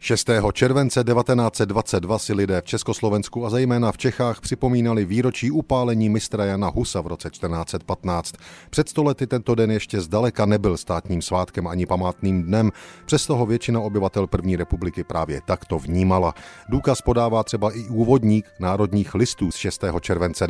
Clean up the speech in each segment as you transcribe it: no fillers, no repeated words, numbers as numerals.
6. července 1922 si lidé v Československu a zejména v Čechách připomínali výročí upálení mistra Jana Husa v roce 1415. Před 100 lety tento den ještě zdaleka nebyl státním svátkem ani památným dnem, přesto ho většina obyvatel první republiky právě takto vnímala. Důkaz podává třeba i úvodník Národních listů z 6. července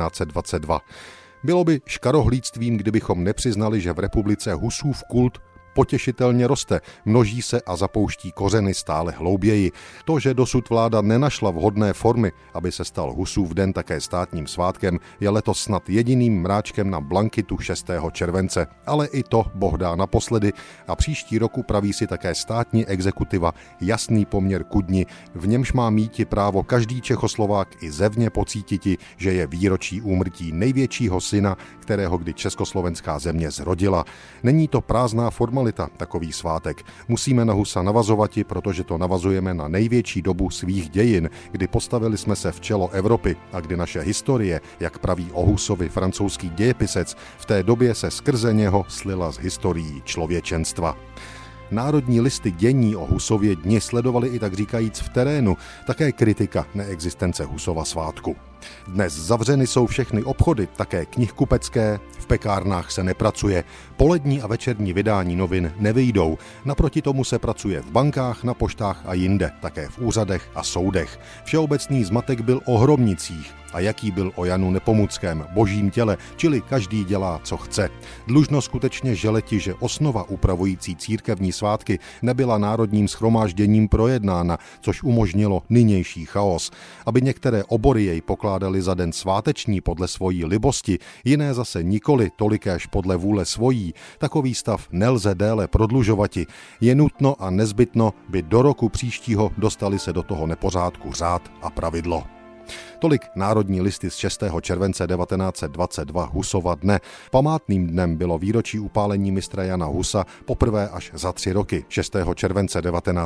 1922. Bylo by škarohlídstvím, kdybychom nepřiznali, že v republice Husův kult potěšitelně roste, množí se a zapouští kořeny stále hlouběji. To, že dosud vláda nenašla vhodné formy, aby se stal Husův den také státním svátkem, je letos snad jediným mráčkem na blankitu 6. července. Ale i to Boh dá naposledy a příští roku praví si také státní exekutiva jasný poměr ku dni, v němž má míti právo každý Čechoslovák i zevně pocítiti, že je výročí úmrtí největšího syna, kterého kdy československá země zrodila. Není to prázdná formalita, takový svátek. Musíme na Husa navazovati, protože to navazujeme na největší dobu svých dějin, kdy postavili jsme se v čelo Evropy a kdy naše historie, jak praví o Husovi francouzský dějepisec, v té době se skrze něho slila s historií člověčenstva. Národní listy dění o Husově dni sledovali i tak říkajíc v terénu, také kritika neexistence Husova svátku. Dnes zavřeny jsou všechny obchody, také knihkupecké, v pekárnách se nepracuje, polední a večerní vydání novin nevyjdou, naproti tomu se pracuje v bankách, na poštách a jinde, také v úřadech a soudech. Všeobecný zmatek byl o hrobnicích a jaký byl o Janu Nepomuckém, božím těle, čili každý dělá, co chce. Dlužno skutečně želeti, že osnova upravující církevní svátky nebyla národním shromážděním projednána, což umožnilo nynější chaos. Aby některé obory jej pokládali za den sváteční podle svojí libosti, jiné zase nikoli tolikéž podle vůle svojí, takový stav nelze déle prodlužovati. Je nutno a nezbytno, by do roku příštího dostali se do toho nepořádku řád a pravidlo. Tolik Národní listy z 6. července 1922 Husova dne. Památným dnem bylo výročí upálení mistra Jana Husa poprvé až za 3 roky, 6. července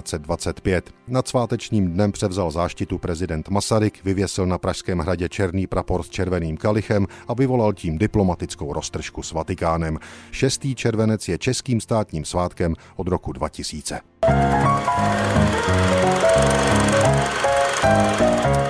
1925. Nad svátečním dnem převzal záštitu prezident Masaryk, vyvěsil na Pražském hradě černý prapor s červeným kalichem a vyvolal tím diplomatickou roztržku s Vatikánem. 6. červenec je českým státním svátkem od roku 2000.